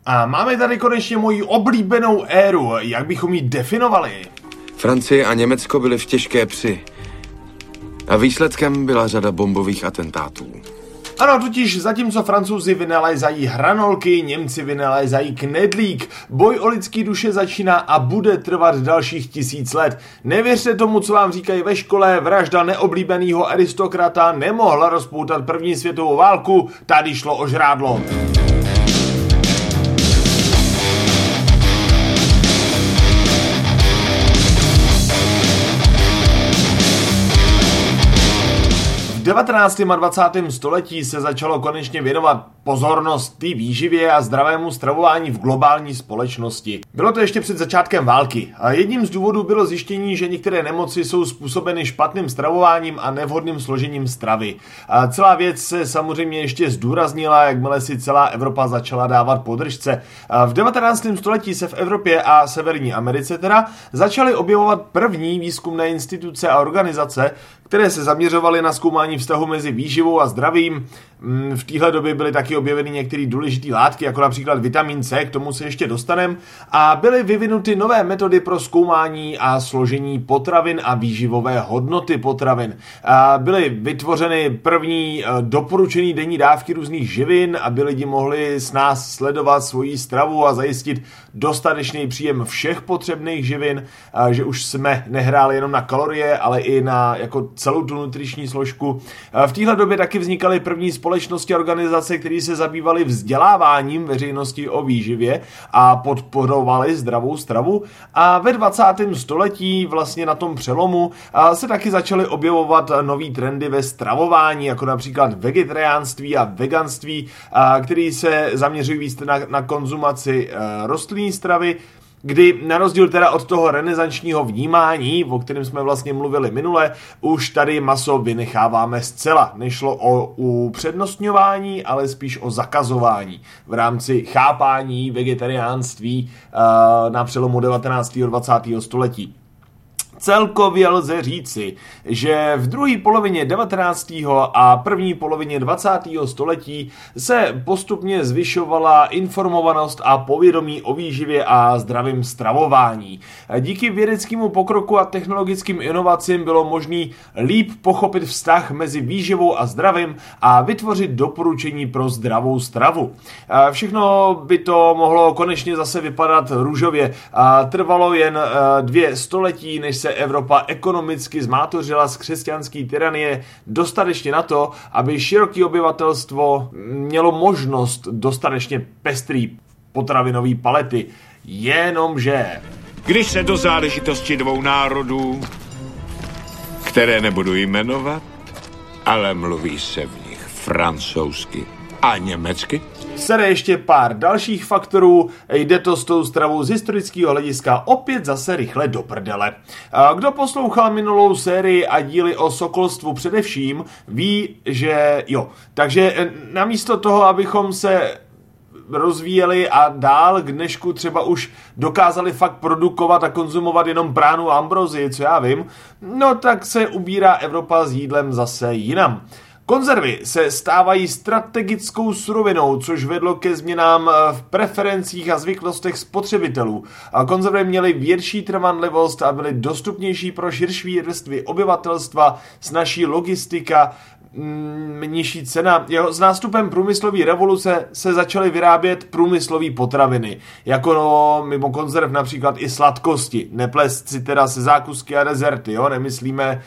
A máme tady konečně moji oblíbenou éru, jak bychom ji definovali? Francie a Německo byly v těžké při. A výsledkem byla řada bombových atentátů. Ano, totiž zatímco Francouzi vynalézají hranolky, Němci vynalézají knedlík. Boj o lidský duše začíná a bude trvat dalších 1000 let. Nevěřte tomu, co vám říkají ve škole, vražda neoblíbeného aristokrata nemohla rozpoutat první světovou válku, tady šlo o žrádlo. V 19. a 20. století se začalo konečně věnovat pozornost té výživě a zdravému stravování v globální společnosti. Bylo to ještě před začátkem války a jedním z důvodů bylo zjištění, že některé nemoci jsou způsobeny špatným stravováním a nevhodným složením stravy. A celá věc se samozřejmě ještě zdůraznila, jakmile si celá Evropa začala dávat podržce. A v 19. století se v Evropě a Severní Americe začaly objevovat první výzkumné instituce a organizace, které se zaměřovaly na zkoumání vztahu mezi výživou a zdravím. V téhle době byly taky objeveny některé důležité látky, jako například vitamin C, k tomu se ještě dostaneme, a byly vyvinuty nové metody pro zkoumání a složení potravin a výživové hodnoty potravin. Byly vytvořeny první doporučené denní dávky různých živin, aby lidi mohli s nás sledovat svoji stravu a zajistit dostatečný příjem všech potřebných živin, že už jsme nehráli jenom na kalorie, ale i na jako celou tu nutriční složku. V téhle době taky vznikaly první společnosti a organizace, které se zabývaly vzděláváním veřejnosti o výživě a podporovaly zdravou stravu. A ve 20. století vlastně na tom přelomu se taky začaly objevovat nový trendy ve stravování, jako například vegetariánství a veganství, který se zaměřují víc na konzumaci rostlinné stravy, kdy na rozdíl teda od toho renesančního vnímání, o kterém jsme vlastně mluvili minule, už tady maso vynecháváme zcela. Nešlo o upřednostňování, ale spíš o zakazování v rámci chápání vegetariánství na přelomu 19. a 20. století. Celkově lze říci, že v druhé polovině 19. a první polovině 20. století se postupně zvyšovala informovanost a povědomí o výživě a zdravém stravování. Díky vědeckému pokroku a technologickým inovacím bylo možné líp pochopit vztah mezi výživou a zdravím a vytvořit doporučení pro zdravou stravu. Všechno by to mohlo konečně zase vypadat růžově. Trvalo jen 2 století, než se Evropa ekonomicky zmátořila z křesťanské tyranie dostatečně na to, aby široké obyvatelstvo mělo možnost dostatečně pestrý potravinový palety. Jenomže když se do záležitosti dvou národů, které nebudu jmenovat, ale mluví se v nich francouzsky a německy, sere ještě pár dalších faktorů, jde to s tou stravou z historického hlediska opět zase rychle do prdele. Kdo poslouchal minulou sérii a díly o sokolstvu především, ví, že jo. Takže namísto toho, abychom se rozvíjeli a dál k dnešku třeba už dokázali fakt produkovat a konzumovat jenom pránu a ambrozii, co já vím, no tak se ubírá Evropa s jídlem zase jinam. Konzervy se stávají strategickou surovinou, což vedlo ke změnám v preferencích a zvyklostech spotřebitelů. Konzervy měly větší trvanlivost a byly dostupnější pro širší vrstvy obyvatelstva, snazší logistika, nižší cena. S nástupem průmyslové revoluce se začaly vyrábět průmyslové potraviny, jako mimo konzerv například i sladkosti. Neplést si teda se zákusky a dezerty, jo? Nemyslíme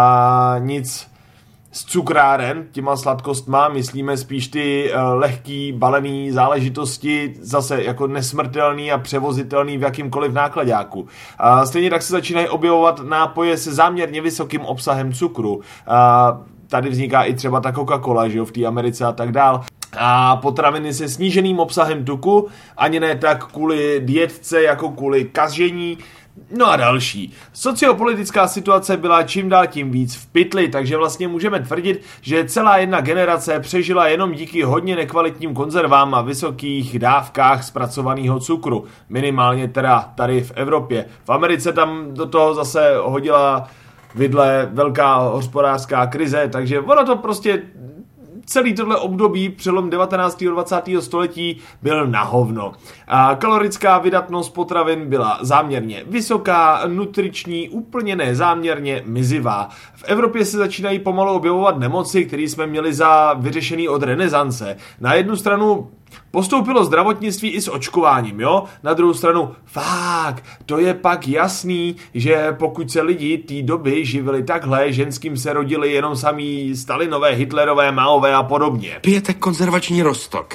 nic z cukráren, těma sladkostma, myslíme spíš ty lehký balený záležitosti, zase jako nesmrtelný a převozitelný v jakýmkoliv nákladáku. Stejně tak se začínají objevovat nápoje se záměrně vysokým obsahem cukru. Tady vzniká i třeba ta Coca-Cola, že jo, v té Americe a tak dál. A potraviny se sníženým obsahem tuku, ani ne tak kvůli dietce, jako kvůli kažení. No a další. Sociopolitická situace byla čím dál tím víc v pytli, takže vlastně můžeme tvrdit, že celá jedna generace přežila jenom díky hodně nekvalitním konzervám a vysokých dávkách zpracovaného cukru. Minimálně teda tady v Evropě. V Americe tam do toho zase hodila vidle velká hospodářská krize, takže ono to prostě celý tohle období přelom 19. a 20. století byl na hovno. A kalorická vydatnost potravin byla záměrně vysoká, nutriční úplně nezáměrně mizivá. V Evropě se začínají pomalu objevovat nemoci, které jsme měli za vyřešený od renesance. Na jednu stranu postoupilo zdravotnictví i s očkováním, jo? Na druhou stranu, fakt, to je pak jasný, že pokud se lidi té doby živili takhle, ženským se rodili jenom samý Stalinové, Hitlerové, Maové a podobně. Pijete konzervační roztok?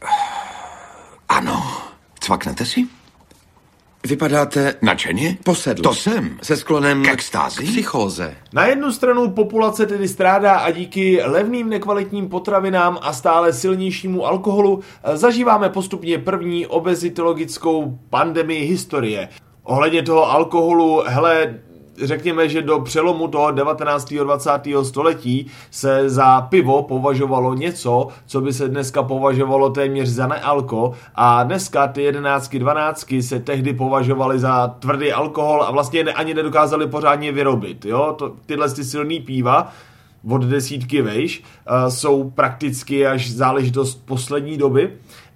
Ano. Cvaknete si? Vypadáte Nadšeně? posedl. To jsem. Se sklonem K extázi? k psychóze. Na jednu stranu populace tedy strádá a díky levným nekvalitním potravinám a stále silnějšímu alkoholu zažíváme postupně první obezitologickou pandemii historie. Ohledně toho alkoholu, hele, řekněme, že do přelomu toho 19. a 20. století se za pivo považovalo něco, co by se dneska považovalo téměř za nealko, a dneska ty 11, 12 se tehdy považovaly za tvrdý alkohol a vlastně ani nedokázali pořádně vyrobit. Jo? Tyhle silný píva od desítky vejš jsou prakticky až záležitost poslední doby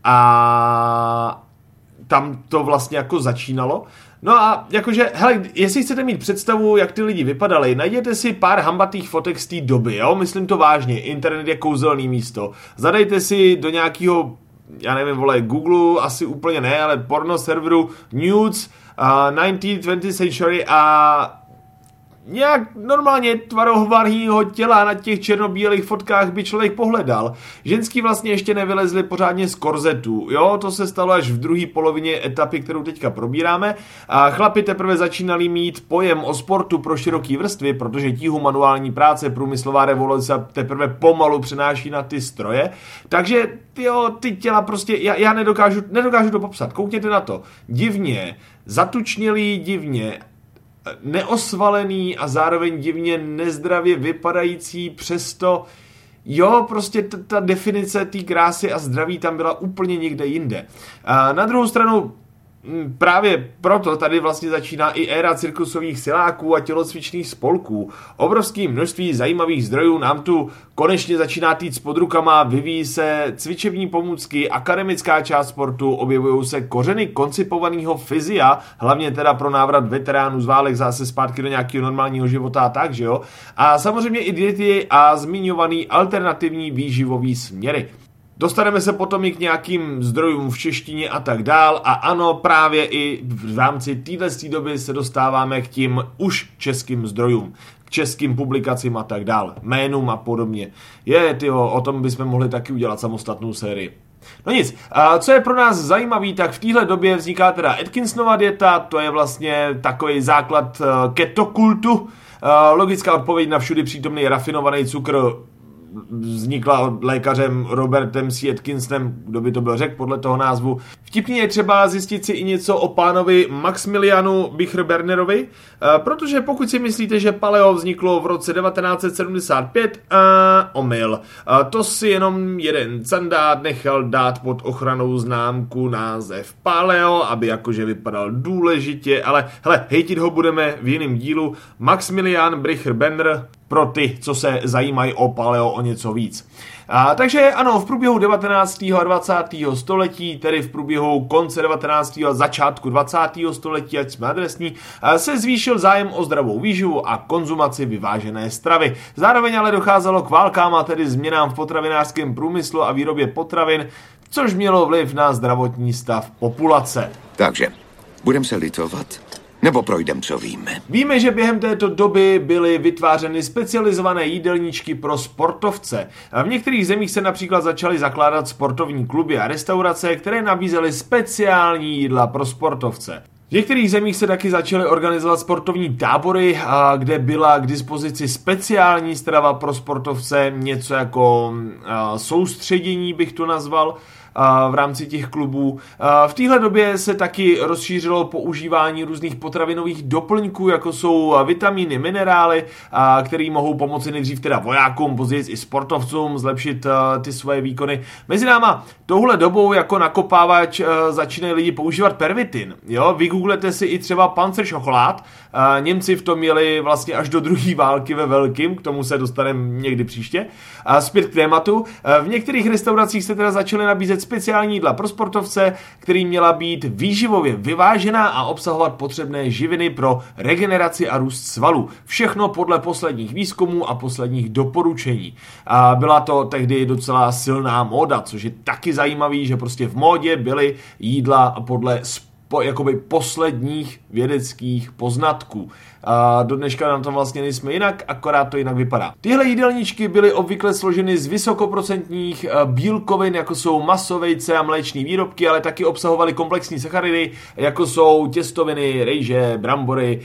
a tam to vlastně jako začínalo. No a jakože, hele, jestli chcete mít představu, jak ty lidi vypadali, najděte si pár hambatých fotek z té doby, jo, myslím to vážně, internet je kouzelný místo. Zadejte si do nějakého, já nevím, vole, Google, asi úplně ne, ale porno serveru Nudes 19th century a nějak normálně tvarohvarního těla na těch černobílých fotkách by člověk pohledal. Ženský vlastně ještě nevylezly pořádně z korzetů, jo, to se stalo až v druhé polovině etapy, kterou teďka probíráme. A chlapi teprve začínali mít pojem o sportu pro široký vrstvy, protože tíhu manuální práce, průmyslová revoluce teprve pomalu přenáší na ty stroje. Takže jo, ty těla prostě, já nedokážu to popsat, koukněte na to. Divně, zatučnělý, divně neosvalený a zároveň divně nezdravě vypadající, přesto jo, prostě ta definice té krásy a zdraví tam byla úplně někde jinde. A na druhou stranu právě proto tady vlastně začíná i éra cirkusových siláků a tělocvičných spolků. Obrovské množství zajímavých zdrojů nám tu konečně začíná týct pod rukama, vyvíjí se cvičební pomůcky, akademická část sportu, objevují se kořeny koncipovaného fyzia, hlavně teda pro návrat veteránů z válek zase zpátky do nějakého normálního života a tak, že jo? A samozřejmě i diety a zmiňovaný alternativní výživový směry. Dostaneme se potom i k nějakým zdrojům v češtině a tak dál a ano, právě i v rámci této doby se dostáváme k tím už českým zdrojům, k českým publikacím a tak dál, jménům a podobně. O tom bychom mohli taky udělat samostatnou sérii. No nic, co je pro nás zajímavý, tak v téhle době vzniká teda Atkinsonova dieta, to je vlastně takový základ ketokultu, logická odpověď na všudy přítomný rafinovaný cukr vznikla lékařem Robertem C. Atkinsonem, kdo by to byl řekl podle toho názvu. Vtipně je třeba zjistit si i něco o pánovi Maximilianu Bichler-Bernerovi, protože pokud si myslíte, že paleo vzniklo v roce 1975, omyl. To si jenom jeden candát nechal dát pod ochranou známku název paleo, aby jakože vypadal důležitě, ale hele, hejtit ho budeme v jiném dílu. Maximilian Bichler-Berner pro ty, co se zajímají o paleo o něco víc. Takže ano, v průběhu 19. a 20. století, tedy v průběhu konce 19. a začátku 20. století, ať jsme adresní, se zvýšil zájem o zdravou výživu a konzumaci vyvážené stravy. Zároveň ale docházelo k válkám a tedy změnám v potravinářském průmyslu a výrobě potravin, což mělo vliv na zdravotní stav populace. Takže, budem se litovat? Nebo projdem, co víme? Víme, že během této doby byly vytvářeny specializované jídelníčky pro sportovce. V některých zemích se například začaly zakládat sportovní kluby a restaurace, které nabízely speciální jídla pro sportovce. V některých zemích se taky začaly organizovat sportovní tábory, kde byla k dispozici speciální strava pro sportovce, něco jako soustředění bych to nazval. v rámci těch klubů. V téhle době se taky rozšířilo používání různých potravinových doplňků, jako jsou vitamíny, minerály, které mohou pomoci nejdřív teda vojákům, později i sportovcům zlepšit ty svoje výkony. Mezi náma touhle dobou jako nakopávač začínají lidi používat pervitin. Jo? Vygooglete si i třeba Panzerschocholad. Němci v tom měli vlastně až do druhé války ve velkým, k tomu se dostaneme někdy příště. A zpět k tématu. V některých restauracích se teda začaly nabízet speciální jídla pro sportovce, který měla být výživově vyvážená a obsahovat potřebné živiny pro regeneraci a růst svalů. Všechno podle posledních výzkumů a posledních doporučení. A byla to tehdy docela silná móda, což je taky zajímavý, že prostě v módě byly jídla podle jakoby posledních vědeckých poznatků. A do dneška nám to vlastně nejsme jinak, akorát to jinak vypadá. Tyhle jídelníčky byly obvykle složeny z vysokoprocentních bílkovin, jako jsou maso, vejce a mléčné výrobky, ale taky obsahovaly komplexní sacharidy, jako jsou těstoviny, rejže, brambory.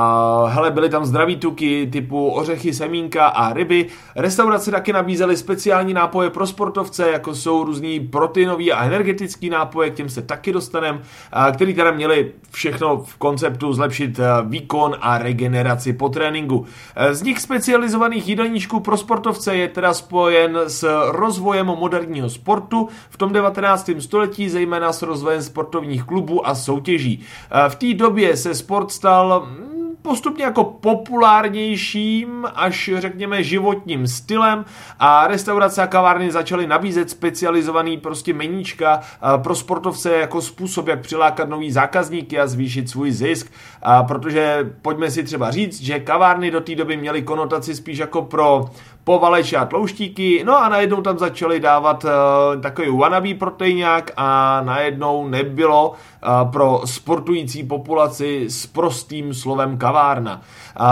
Byly tam zdraví tuky typu ořechy, semínka a ryby. Restaurace taky nabízely speciální nápoje pro sportovce, jako jsou různý proteinový a energetický nápoje, k těm se taky dostaneme, který teda měli všechno v konceptu zlepšit výkon a regeneraci po tréninku. Vznik specializovaných jídelníčků pro sportovce je teda spojen s rozvojem moderního sportu v tom 19. století, zejména s rozvojem sportovních klubů a soutěží. V té době se sport stal postupně jako populárnějším až řekněme životním stylem a restaurace a kavárny začaly nabízet specializovaný prostě meníčka pro sportovce jako způsob, jak přilákat nový zákazníky a zvýšit svůj zisk, protože pojďme si třeba říct, že kavárny do té doby měly konotaci spíš jako pro povaleče a tlouštíky, no a najednou tam začali dávat takový wannabe proteinák a najednou nebylo pro sportující populaci s prostým slovem kavárna.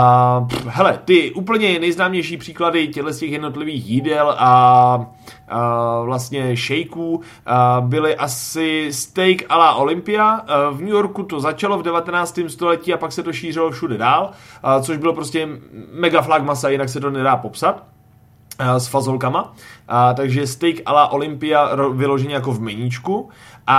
Hele, ty úplně nejznámější příklady těchto těch jednotlivých jídel a vlastně shakeů byly asi steak a la Olympia. V New Yorku to začalo v 19. století a pak se to šířilo všude dál, což bylo prostě mega flag masa, jinak se to nedá popsat. S fazolkama, takže steak a la Olympia vyloženě jako v meníčku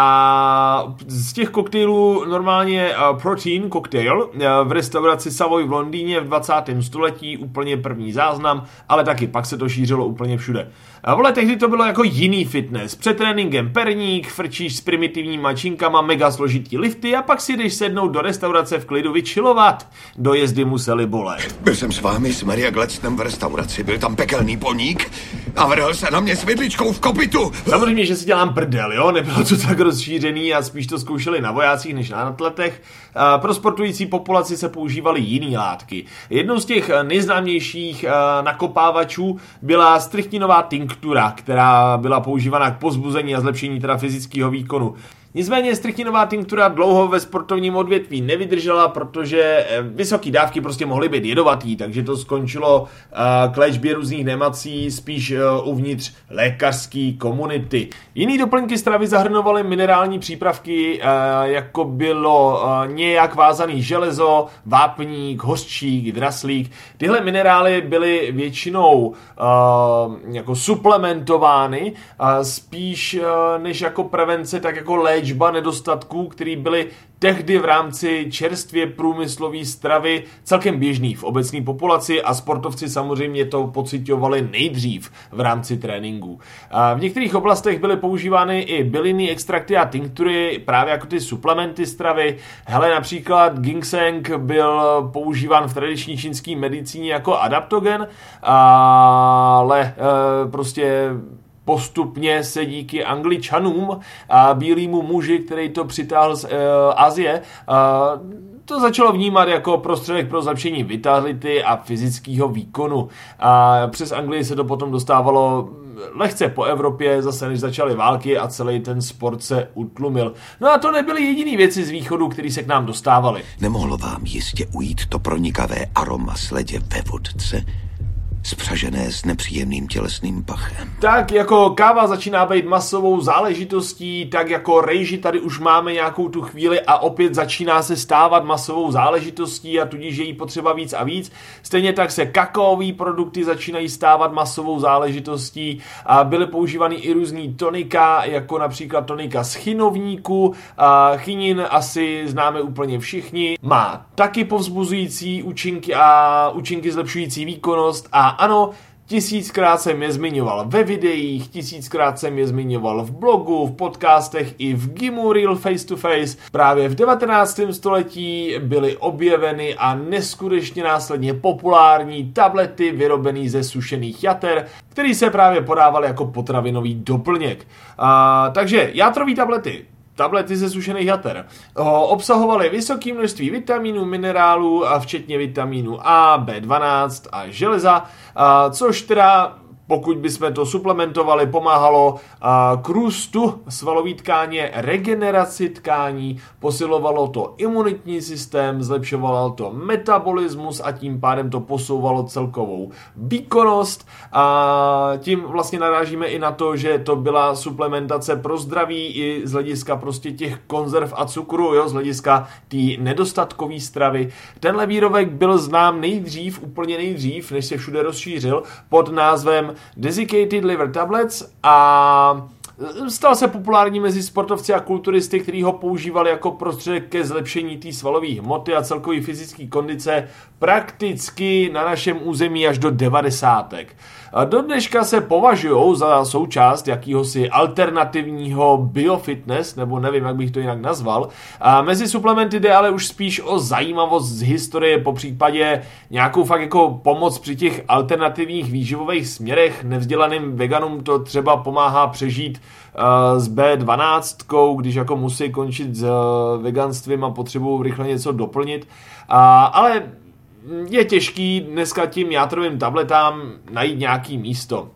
a z těch koktejlů normálně protein koktejl v restauraci Savoy v Londýně v 20. století úplně první záznam, ale taky pak se to šířilo úplně všude. Vole, tehdy to bylo jako jiný fitness. Před tréninkem perník, frčíš s primitivníma činkama, mega složitý lifty a pak si jdeš sednout do restaurace v klidu vychillovat. Dojezdy museli bolet. Byl jsem s vámi s Maria Gladstonem v restauraci, byl tam pekelný poník a vrhl se na mě s vidličkou v kopitu. Samozřejmě, že si dělám prdel, jo? Nebylo to tak rozšířený a spíš to zkoušeli na vojácích než na atletech. Pro sportující populaci se používaly jiný látky. Jednou z těch nejznámějších nakopávačů byla strychninová tinktura, která byla používána k povzbuzení a zlepšení teda fyzického výkonu. Nicméně strychninová tinktura dlouho ve sportovním odvětví nevydržela, protože vysoké dávky prostě mohly být jedovatý, takže to skončilo k léčbě různých nemocí spíš uvnitř lékařské komunity. Jiný doplňky stravy zahrnovaly minerální přípravky, jako bylo nějak vázaný železo, vápník, hořčík, draslík. Tyhle minerály byly většinou jako suplementovány, spíš než jako prevence, tak jako léčba nedostatků, které byly tehdy v rámci čerstvě průmyslové stravy celkem běžný v obecné populaci a sportovci samozřejmě to pociťovali nejdřív v rámci tréninku. V některých oblastech byly používány i bylinné extrakty a tinktury, právě jako ty suplementy stravy. Hele, například ginseng byl používán v tradiční čínské medicíně jako adaptogen, ale prostě postupně se díky Angličanům a bílýmu muži, který to přitáhl z Asie, to začalo vnímat jako prostředek pro zlepšení vitality a fyzického výkonu. A přes Anglii se to potom dostávalo lehce po Evropě, zase než začaly války a celý ten sport se utlumil. No a to nebyly jediný věci z východu, které se k nám dostávaly. Nemohlo vám jistě ujít to pronikavé aroma sledě ve vodce? spřažené s nepříjemným tělesným pachem. Tak jako káva začíná být masovou záležitostí, tak jako rejži tady už máme nějakou tu chvíli a opět začíná se stávat masovou záležitostí a tudíž je jí potřeba víc a víc. Stejně tak se kakaové produkty začínají stávat masovou záležitostí a byly používány i různý tonika, jako například tonika z chinovníku. Chinin asi známe úplně všichni. Má taky povzbuzující účinky a účinky zlepšující výkonnost a ano, 1000krát jsem je zmiňoval ve videích, 1000krát jsem je zmiňoval v blogu, v podcastech i v Gimu Real Face to Face. Právě v 19. století byly objeveny a neskutečně následně populární tablety vyrobené ze sušených jater, které se právě podávaly jako potravinový doplněk. Takže játrový tablety ze sušených jater obsahovaly vysoké množství vitamínů, minerálů, včetně vitamínu A, B12 a železa, což teda, pokud bychom to suplementovali, pomáhalo k růstu svalové tkáně, regeneraci tkání, posilovalo to imunitní systém, zlepšovalo to metabolismus a tím pádem to posouvalo celkovou výkonnost. A tím vlastně narážíme i na to, že to byla suplementace pro zdraví i z hlediska prostě těch konzerv a cukru, jo, z hlediska té nedostatkové stravy. Tenhle výrobek byl znám úplně nejdřív, než se všude rozšířil, pod názvem Desiccated Liver Tablets a stal se populární mezi sportovci a kulturisty, kteří ho používali jako prostředek ke zlepšení té svalové hmoty a celkové fyzické kondice prakticky na našem území až do 90. Do dneška se považují za součást jakýhosi alternativního biofitness, nebo nevím, jak bych to jinak nazval. A mezi suplementy jde ale už spíš o zajímavost z historie, popřípadě nějakou fakt jako pomoc při těch alternativních výživových směrech. Nevzdělaným veganům to třeba pomáhá přežít s B12, když jako musí končit s veganstvím a potřebují rychle něco doplnit. Ale je těžký dneska tím játrovým tabletám najít nějaký místo.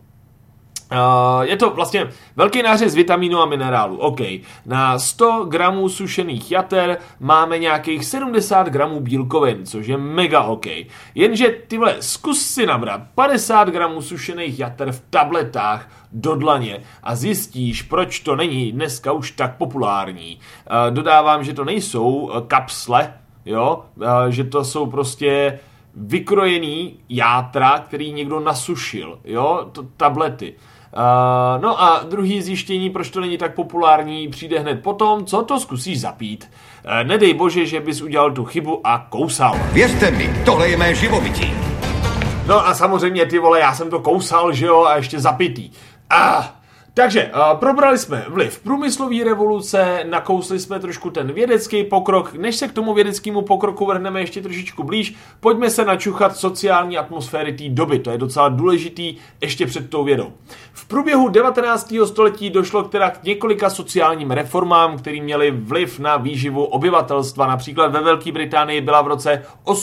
Je to vlastně velký nářez vitamínu a minerálu. OK. Na 100 gramů sušených jater máme nějakých 70 gramů bílkovin, což je mega OK. Jenže tyhle, zkus si nabrat 50 gramů sušených jater v tabletách do dlaně a zjistíš, proč to není dneska už tak populární. Dodávám, že to nejsou kapsle, jo, že to jsou prostě vykrojený játra, který někdo nasušil, jo, tablety. No a druhý zjištění, proč to není tak populární, přijde hned potom, co to zkusíš zapít. Nedej bože, že bys udělal tu chybu a kousal. Věřte mi, tohle je mé živobytí. No a samozřejmě, ty vole, já jsem to kousal, že jo, a ještě zapitý. Takže probrali jsme vliv průmyslové revoluce, nakousli jsme trošku ten vědecký pokrok. Než se k tomu vědeckému pokroku vrhneme ještě trošičku blíž, pojďme se načuchat sociální atmosféry té doby. To je docela důležitý ještě před tou vědou. V průběhu 19. století došlo teda k několika sociálním reformám, které měly vliv na výživu obyvatelstva. Například ve Velké Británii byla v roce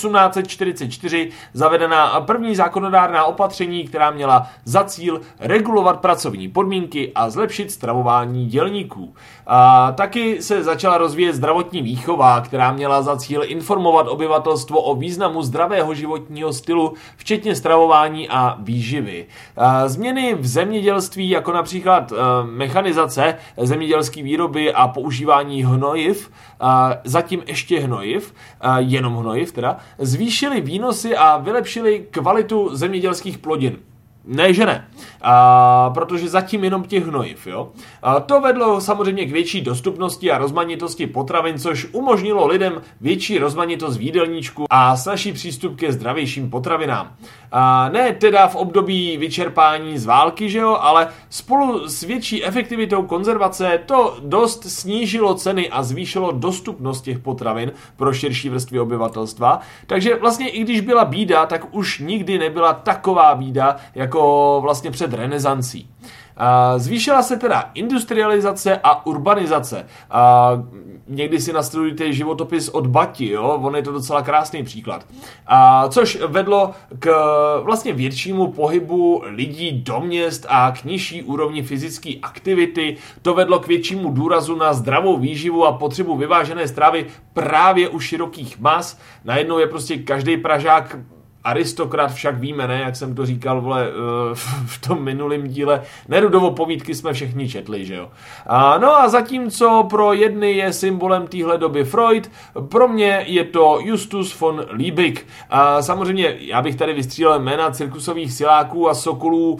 1844 zavedena první zákonodárná opatření, která měla za cíl regulovat pracovní podmínky a zlepšit stravování dělníků. Taky se začala rozvíjet zdravotní výchova, která měla za cíl informovat obyvatelstvo o významu zdravého životního stylu, včetně stravování a výživy. Změny v zemědělství, jako například mechanizace zemědělské výroby a používání hnojiv, zatím ještě hnojiv, jenom hnojiv teda, zvýšily výnosy a vylepšily kvalitu zemědělských plodin. Ne, že ne. Protože zatím jenom těch hnojiv, jo. To vedlo samozřejmě k větší dostupnosti a rozmanitosti potravin, což umožnilo lidem větší rozmanitost v jídelníčku a snazší přístup ke zdravějším potravinám. Ne teda v období vyčerpání z války, že jo, ale spolu s větší efektivitou konzervace to dost snížilo ceny a zvýšilo dostupnost těch potravin pro širší vrstvy obyvatelstva. Takže vlastně i když byla bída, tak už nikdy nebyla taková bída, jako vlastně před renesancí. Zvýšila se teda industrializace a urbanizace. Někdy si nastudujte životopis od Bati, jo? On je to docela krásný příklad. Což vedlo k vlastně většímu pohybu lidí do měst a k nižší úrovni fyzické aktivity. To vedlo k většímu důrazu na zdravou výživu a potřebu vyvážené stravy právě u širokých mas. Najednou je prostě každý Pražák aristokrat, však víme, ne, jak jsem to říkal, vole, v tom minulém díle. Nerudovo povídky jsme všichni četli, že jo. No a zatímco pro jedny je symbolem téhle doby Freud, pro mě je to Justus von Liebig. Samozřejmě, já bych tady vystřílel jména cirkusových siláků a sokolů,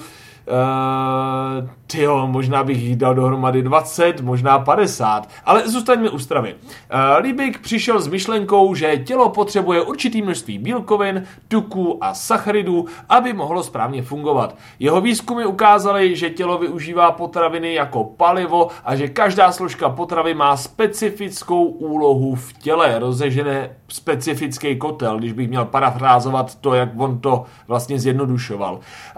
možná bych jich dal dohromady 20, možná 50, ale zůstaňme u stravy. Liebig přišel s myšlenkou, že tělo potřebuje určitý množství bílkovin, tuků a sacharidů, aby mohlo správně fungovat. Jeho výzkumy ukázaly, že tělo využívá potraviny jako palivo a že každá složka potravy má specifickou úlohu v těle, rozežené specifický kotel, když bych měl parafrázovat to, jak on to vlastně zjednodušoval.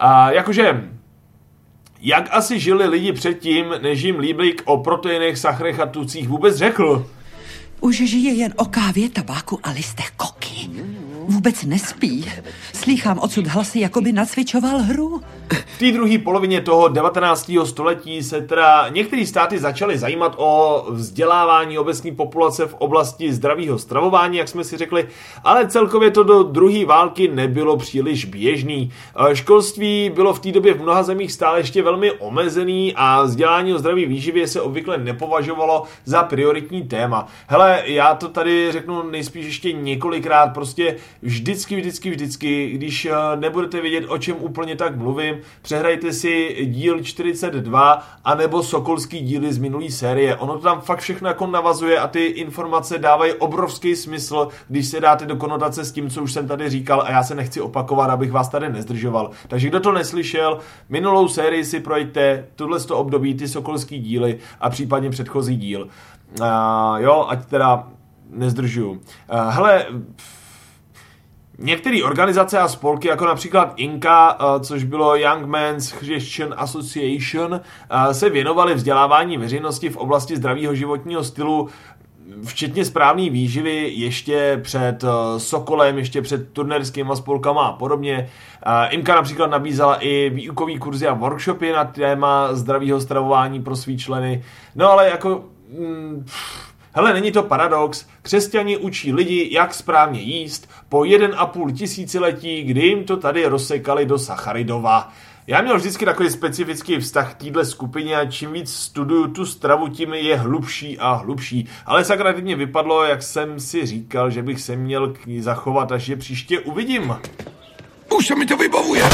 Jak asi žili lidi předtím, než jim Liebig o proteinech, sachrech a tucích vůbec řekl? Už žije jen o kávě, tabáku a listech koky. Vůbec nespí. Slýchám odsud hlasy, jako by nacvičoval hru. V té druhé polovině toho 19. století se teda některé státy začaly zajímat o vzdělávání obecní populace v oblasti zdravého stravování, jak jsme si řekli, ale celkově to do druhé války nebylo příliš běžný. Školství bylo v té době v mnoha zemích stále ještě velmi omezený a vzdělání o zdraví výživě se obvykle nepovažovalo za prioritní téma. Hele, já to tady řeknu nejspíš ještě několikrát, prostě vždycky, když nebudete vědět, o čem úplně tak mluvím, přehrajte si díl 42 anebo sokolský díly z minulý série. Ono to tam fakt všechno jako navazuje a ty informace dávají obrovský smysl, když se dáte do konotace s tím, co už jsem tady říkal a já se nechci opakovat, abych vás tady nezdržoval. Takže kdo to neslyšel, minulou sérii si projďte, tohleto období, ty sokolský díly a případně předchozí díl. Ať teda nezdržuju. Některé organizace a spolky, jako například INCA, což bylo Young Men's Christian Association, se věnovaly vzdělávání veřejnosti v oblasti zdravého životního stylu, včetně správné výživy, ještě před Sokolem, ještě před turnerskýma spolkama a podobně. IMCA například nabízela i výukový kurzy a workshopy na téma zdravého stravování pro svý členy. No ale jako... Hele, není to paradox, křesťani učí lidi, jak správně jíst, po 1,5 tisíciletí, kdy jim to tady rozsekali do sacharidova. Já měl vždycky takový specifický vztah k téhle skupině a čím víc studuju tu stravu, tím je hlubší a hlubší. Ale sakra, teď mě vypadlo, jak jsem si říkal, že bych se měl k ní zachovat, až je příště uvidím. Už se mi to vybavuje.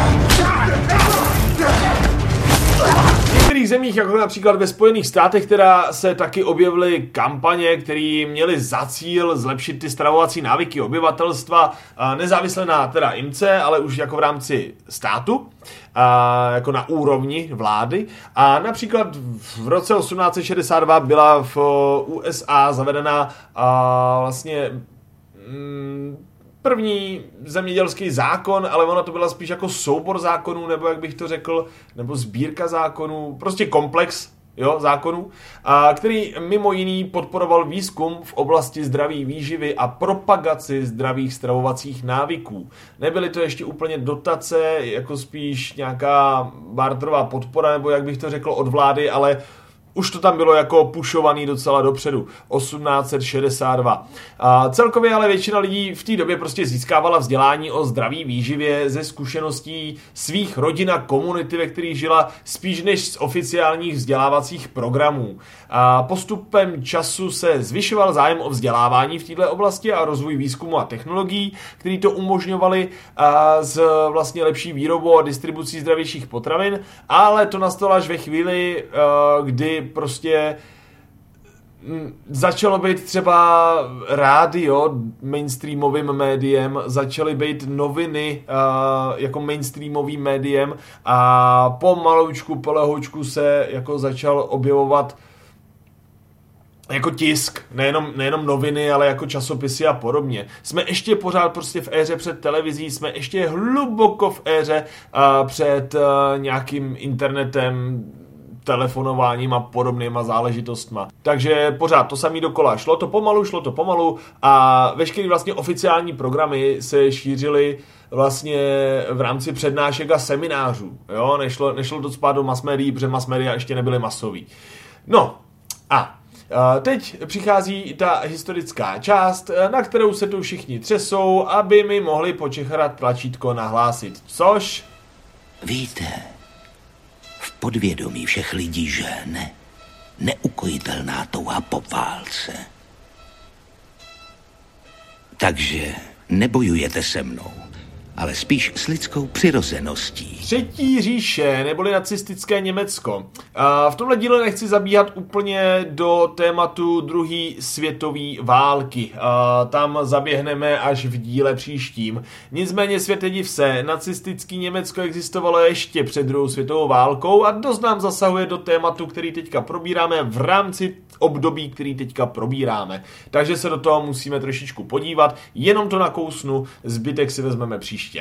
V některých zemích, jako například ve Spojených státech, teda se taky objevily kampaně, které měly za cíl zlepšit ty stravovací návyky obyvatelstva, nezávisle na teda IMCE, ale už jako v rámci státu, jako na úrovni vlády. A například v roce 1862 byla v USA zavedena vlastně první zemědělský zákon, ale ono to byla spíš jako soubor zákonů, nebo jak bych to řekl, nebo sbírka zákonů, prostě komplex zákonů, který mimo jiný podporoval výzkum v oblasti zdraví výživy a propagaci zdravých stravovacích návyků. Nebyly to ještě úplně dotace, jako spíš nějaká barterová podpora, nebo jak bych to řekl, od vlády, ale už to tam bylo jako pušovaný docela dopředu. 1862. Celkově ale většina lidí v té době prostě získávala vzdělání o zdraví výživě ze zkušeností svých rodin a komunity, ve kterých žila, spíš než z oficiálních vzdělávacích programů. Postupem času se zvyšoval zájem o vzdělávání v této oblasti a rozvoj výzkumu a technologií, který to umožňovaly z vlastně lepší výrobou a distribucí zdravějších potravin, ale to nastalo až ve chvíli, kdy prostě začalo být třeba rádio mainstreamovým médiem, začaly být noviny jako mainstreamovým médiem a pomaloučku se jako začal objevovat jako tisk, nejenom noviny, ale jako časopisy a podobně. Jsme ještě pořád prostě v éře před televizí, jsme ještě hluboko v éře před nějakým internetem, telefonováním a podobnýma záležitostma. Takže pořád to samý dokola. Šlo to pomalu a veškeré vlastně oficiální programy se šířily vlastně v rámci přednášek a seminářů. Jo? Nešlo to spát do mass médií, protože mass média ještě nebyly masový. No a Teď přichází ta historická část, na kterou se tu všichni třesou, aby mi mohli počechrat tlačítko nahlásit. Což? Víte, v podvědomí všech lidí žene neukojitelná touha po válce. Takže nebojujete se mnou, ale spíš s lidskou přirozeností. Třetí říše, neboli nacistické Německo. V tomhle díle nechci zabíhat úplně do tématu druhé světové války. Tam zaběhneme až v díle příštím. Nicméně světe div se, nacistický Německo existovalo ještě před druhou světovou válkou a dost nám zasahuje do tématu, který teďka probíráme v rámci období, který teďka probíráme. Takže se do toho musíme trošičku podívat, jenom to nakousnu, zbytek si vezmeme příště.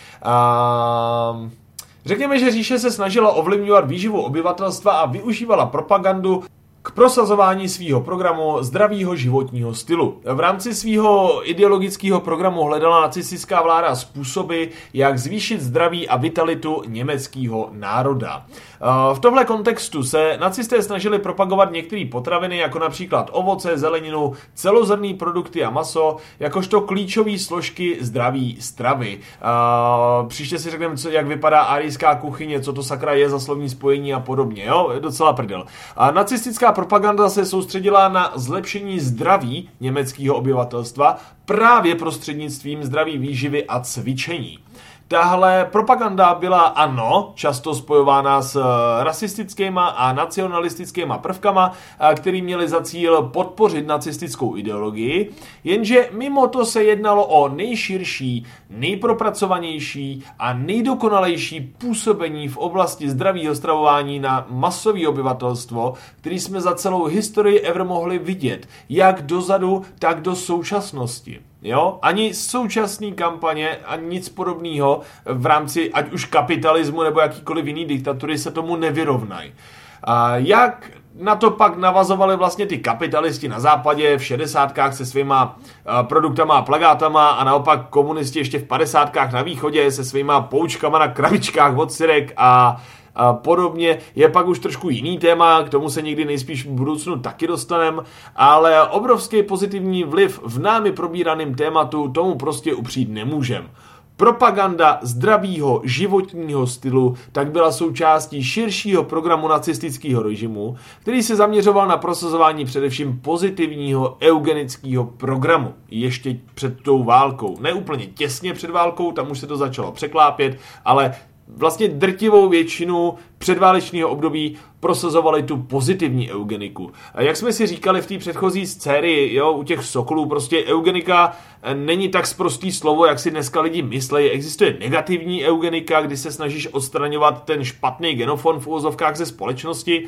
Řekněme, že říše se snažila ovlivňovat výživu obyvatelstva a využívala propagandu k prosazování svého programu zdravého životního stylu. V rámci svého ideologického programu hledala nacistická vláda způsoby, jak zvýšit zdraví a vitalitu německého národa. V tomhle kontextu se nacisté snažili propagovat některé potraviny, jako například ovoce, zeleninu, celozrnné produkty a maso, jakožto klíčové složky zdraví stravy. Příště si řekneme, jak vypadá árijská kuchyně, co to sakra je za slovní spojení a podobně. Jo? Docela prdel. Nacistická propaganda se soustředila na zlepšení zdraví německého obyvatelstva právě prostřednictvím zdraví výživy a cvičení. Tahle propaganda byla, ano, často spojována s rasistickýma a nacionalistickýma prvkama, který měli za cíl podpořit nacistickou ideologii, jenže mimo to se jednalo o nejširší, nejpropracovanější a nejdokonalejší působení v oblasti zdravého stravování na masové obyvatelstvo, který jsme za celou historii ever mohli vidět, jak dozadu, tak do současnosti. Jo? Ani současné kampaně, ani nic podobného v rámci ať už kapitalismu nebo jakýkoliv jiný diktatury se tomu nevyrovnají. Jak na to pak navazovali vlastně ty kapitalisti na západě v 60kách se svýma produktama a plakátama a naopak komunisti ještě v 50kách na východě se svýma poučkama na krabičkách od syrek a podobně, je pak už trošku jiný téma, k tomu se někdy nejspíš v budoucnu taky dostaneme, ale obrovský pozitivní vliv v námi probíraném tématu tomu prostě upřít nemůžem. Propaganda zdravého životního stylu tak byla součástí širšího programu nacistického režimu, který se zaměřoval na prosazování především pozitivního eugenického programu. Ještě před tou válkou. Ne úplně těsně před válkou, tam už se to začalo překlápět, ale vlastně drtivou většinu předválečného období prosazovali tu pozitivní eugeniku. A jak jsme si říkali v té předchozí sérii, jo, u těch sokolů, prostě eugenika není tak sprostý slovo, jak si dneska lidi myslejí. Existuje negativní eugenika, kdy se snažíš odstraňovat ten špatný genofon v uvozovkách ze společnosti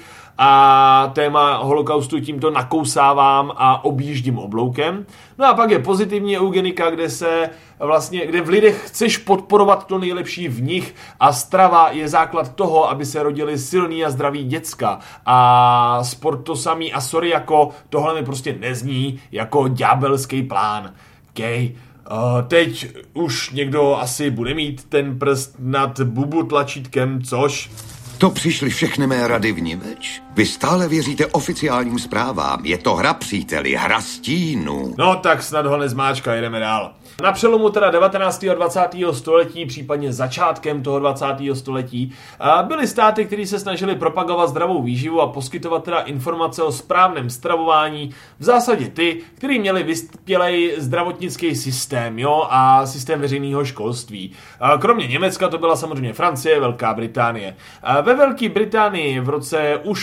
a téma holokaustu tímto nakousávám a objíždím obloukem. No a pak je pozitivní eugenika, kde v lidech chceš podporovat to nejlepší v nich a strava je základ toho, aby se rodili silný a zdraví děcka. A sport to samý a sorry, jako tohle mi prostě nezní jako ďábelský plán. Okay. Teď už někdo asi bude mít ten prst nad bubu tlačítkem, což... To přišly všechny mé rady vniveč. Vy stále věříte oficiálním zprávám. Je to hra, příteli, hra stínu. No tak snad ho nezmáčka, jedeme dál. Na přelomu teda 19. a 20. století, případně začátkem toho 20. století, byly státy, které se snažily propagovat zdravou výživu a poskytovat teda informace o správném stravování. V zásadě ty, který měli vyspělej zdravotnický systém, jo, a systém veřejného školství. Kromě Německa to byla samozřejmě Francie, Velká Británie. Ve Velké Británii v roce už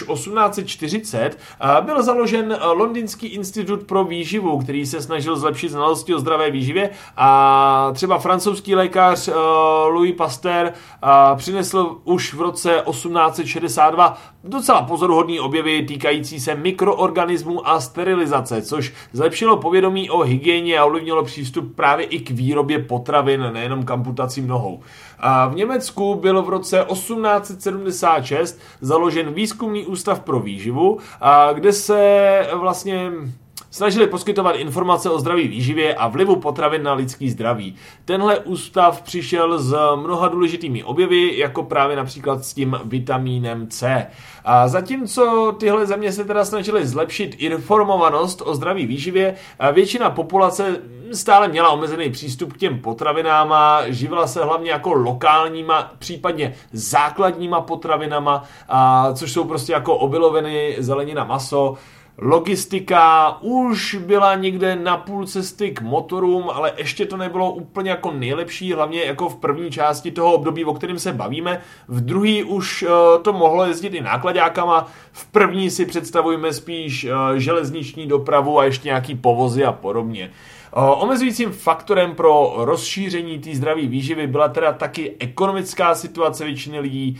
1840 byl založen Londýnský institut pro výživu, který se snažil zlepšit znalosti o zdravé výživě. A třeba francouzský lékař Louis Pasteur přinesl už v roce 1862 docela pozoruhodný objevy týkající se mikroorganismů a sterilizace, což zlepšilo povědomí o hygieně a ovlivnilo přístup právě i k výrobě potravin, nejenom k amputacím nohou. A v Německu byl v roce 1876 založen výzkumný ústav pro výživu, kde se vlastně snažili poskytovat informace o zdraví výživě a vlivu potravin na lidský zdraví. Tenhle ústav přišel s mnoha důležitými objevy, jako právě například s tím vitamínem C. A zatímco tyhle země se teda snažily zlepšit informovanost o zdraví výživě, většina populace stále měla omezený přístup k těm potravinám a živila se hlavně jako lokálníma, případně základníma potravinama, což jsou prostě jako obiloviny, zelenina, maso. Logistika už byla někde na půl cesty k motorům, ale ještě to nebylo úplně jako nejlepší, hlavně jako v první části toho období, o kterém se bavíme. V druhý už to mohlo jezdit i nákladákama, v první si představujeme spíš železniční dopravu a ještě nějaký povozy a podobně. Omezujícím faktorem pro rozšíření té zdraví výživy byla teda taky ekonomická situace většiny lidí.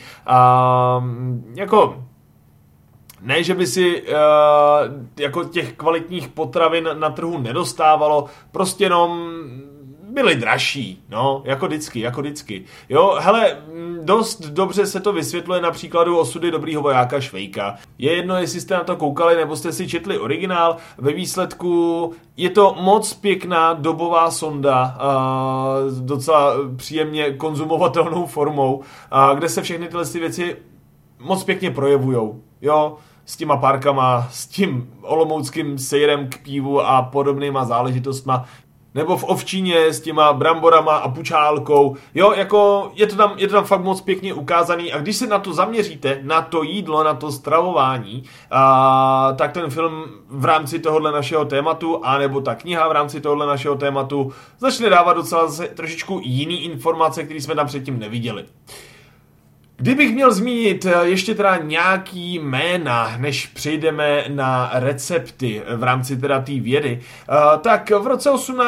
Ne, že by si jako těch kvalitních potravin na trhu nedostávalo, prostě jenom byly dražší, no, jako vždycky. Jo, hele, dost dobře se to vysvětluje na příkladu osudy dobrýho vojáka Švejka. Je jedno, jestli jste na to koukali, nebo jste si četli originál, ve výsledku je to moc pěkná dobová sonda, docela příjemně konzumovatelnou formou, kde se všechny tyhle věci moc pěkně projevujou, jo, s těma párkama, s tím olomouckým sejrem k pivu a podobnýma záležitostma, nebo v ovčíně s těma bramborama a pučálkou, jo, jako je to tam fakt moc pěkně ukázaný a když se na to zaměříte, na to jídlo, na to stravování, tak ten film v rámci tohohle našeho tématu, anebo ta kniha v rámci tohohle našeho tématu začne dávat docela zase trošičku jiný informace, které jsme tam předtím neviděli. Kdybych měl zmínit ještě teda nějaký jména, než přejdeme na recepty v rámci teda té vědy, tak v roce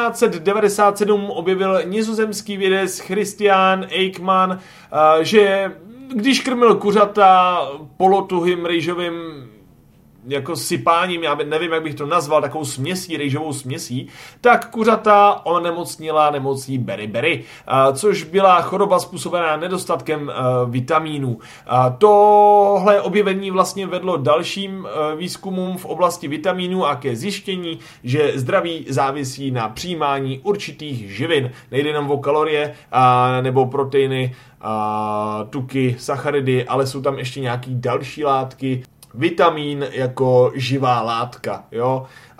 1897 objevil nizozemský vědec Christian Eijkman, že když krmil kuřata polotuhým rejžovým jako sypáním, já nevím, jak bych to nazval, takovou směsí, rejžovou směsí, tak kuřata onemocnila nemocí beriberi, což byla choroba způsobená nedostatkem vitamínů. Tohle objevení vlastně vedlo dalším výzkumům v oblasti vitamínů a ke zjištění, že zdraví závisí na přijímání určitých živin. Nejde jenom o kalorie nebo proteiny, tuky, sacharidy, ale jsou tam ještě nějaký další látky. Vitamin jako živá látka, jo.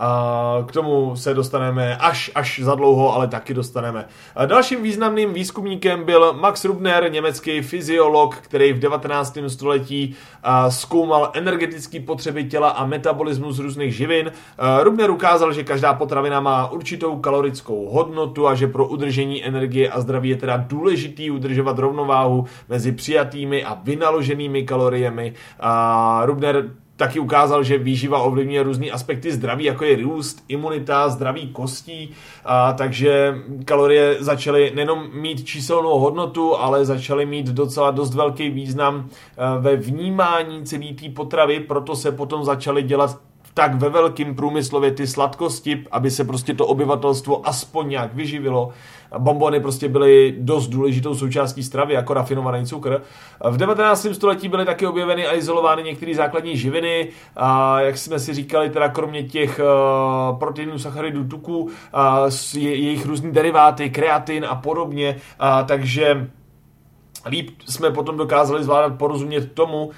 K tomu se dostaneme až za dlouho, ale taky dostaneme. Dalším významným výzkumníkem byl Max Rubner, německý fyziolog, který v 19. století zkoumal energetické potřeby těla a metabolismus různých živin. Rubner ukázal, že každá potravina má určitou kalorickou hodnotu a že pro udržení energie a zdraví je teda důležitý udržovat rovnováhu mezi přijatými a vynaloženými kaloriemi. Rubner taky ukázal, že výživa ovlivňuje různý aspekty zdraví, jako je růst, imunita, zdraví kostí, takže kalorie začaly nejenom mít číselnou hodnotu, ale začaly mít docela dost velký význam ve vnímání celé té potravy, proto se potom začaly dělat tak ve velkým průmyslově ty sladkosti, aby se prostě to obyvatelstvo aspoň nějak vyživilo. Bonbony prostě byly dost důležitou součástí stravy, jako rafinovaný cukr. V 19. století byly taky objeveny a izolovány některé základní živiny, jak jsme si říkali, teda kromě těch proteinů, sacharidů, tuků, jejich různý deriváty, kreatin a podobně, takže líp jsme potom dokázali zvládat porozumět tomu,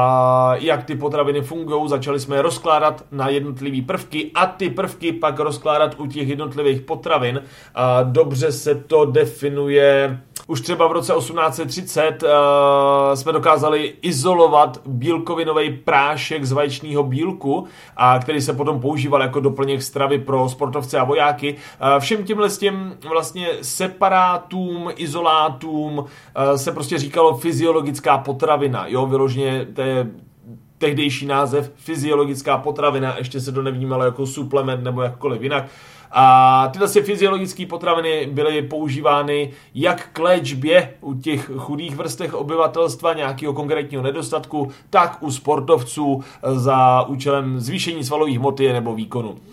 jak ty potraviny fungují, začali jsme je rozkládat na jednotlivé prvky a ty prvky pak rozkládat u těch jednotlivých potravin. Dobře se to definuje. Už třeba v roce 1830 jsme dokázali izolovat bílkovinový prášek z vaječného bílku, který se potom používal jako doplněk stravy pro sportovce a vojáky. Všem těmhle s těm vlastně separátům, izolátům se prostě říkalo fyziologická potravina. Jo, vyloženě to je tehdejší název fyziologická potravina, ještě se to nevnímalo jako suplement nebo jakkoliv jinak. A tyhle fyziologické potraviny byly používány jak k léčbě u těch chudých vrstev obyvatelstva nějakého konkrétního nedostatku, tak u sportovců za účelem zvýšení svalové hmoty nebo výkonu.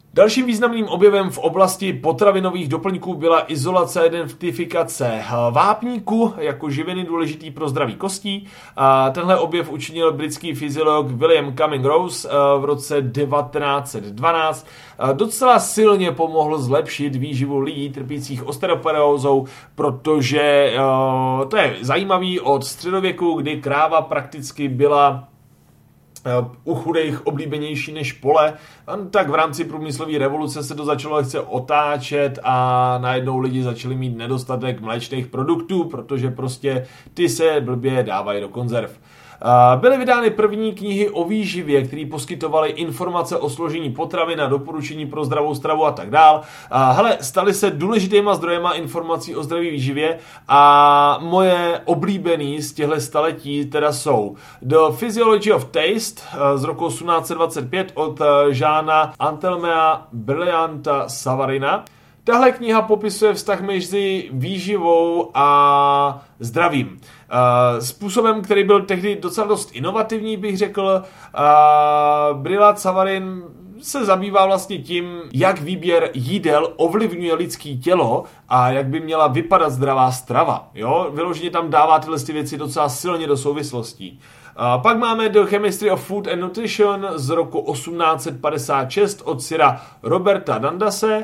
Dalším významným objevem v oblasti potravinových doplňků byla izolace a identifikace vápníku jako živiny důležitý pro zdraví kostí. Tenhle objev učinil britský fyziolog William Cumming Rose v roce 1912. Docela silně pomohl zlepšit výživu lidí trpících osteoporózou, protože to je zajímavý od středověku, kdy kráva prakticky byla u chudých oblíbenější než pole, tak v rámci průmyslové revoluce se to začalo lehce otáčet a najednou lidi začali mít nedostatek mléčných produktů, protože prostě ty se blbě dávají do konzerv. Byly vydány první knihy o výživě, které poskytovaly informace o složení potravin a doporučení pro zdravou stravu a tak dál. Hele, staly se důležitýma zdrojema informací o zdraví výživě a moje oblíbený z těchto staletí teda jsou The Physiology of Taste z roku 1825 od Jeana Antelmea Brillianta Savarina. Tahle kniha popisuje vztah mezi výživou a zdravím. Způsobem, který byl tehdy docela dost inovativní, bych řekl. Brillant Savarin se zabývá vlastně tím, jak výběr jídel ovlivňuje lidské tělo a jak by měla vypadat zdravá strava. Jo? Vyloženě tam dává tyhle věci docela silně do souvislostí. Pak máme The Chemistry of Food and Nutrition z roku 1856 od Sira Roberta Dandase.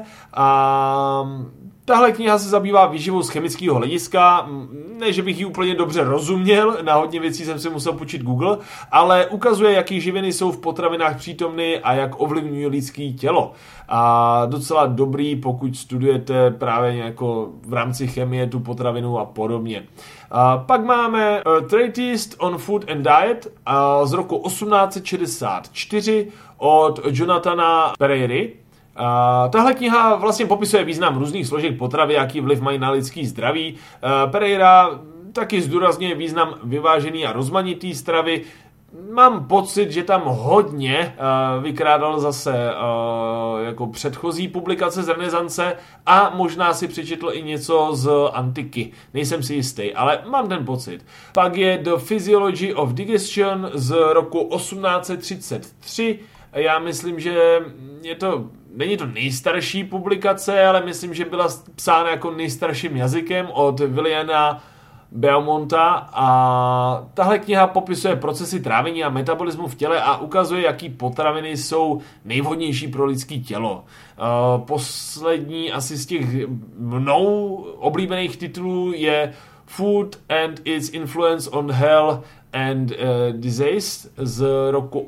Tahle kniha se zabývá výživou z chemického hlediska, ne, že bych ji úplně dobře rozuměl, na hodně věcí jsem si musel počít Google, ale ukazuje, jaký živiny jsou v potravinách přítomny a jak ovlivňují lidské tělo. A docela dobrý, pokud studujete právě jako v rámci chemie tu potravinu a podobně. Pak máme Treatise on Food and Diet z roku 1864 od Jonathana Pereiry. Tahle kniha vlastně popisuje význam různých složek potravy, jaký vliv mají na lidský zdraví. Pereira taky zdůrazňuje význam vyvážený a rozmanitý stravy. Mám pocit, že tam hodně vykrádal zase jako předchozí publikace z renesance a možná si přečetl i něco z antiky. Nejsem si jistý, ale mám ten pocit. Pak je The Physiology of Digestion z roku 1833. Já myslím, že není to nejstarší publikace, ale myslím, že byla psána jako nejstarším jazykem od Williama Beaumonta a tahle kniha popisuje procesy trávení a metabolismu v těle a ukazuje, jaký potraviny jsou nejvhodnější pro lidské tělo. Poslední asi z těch mnou oblíbených titulů je Food and its Influence on Health and Disease z roku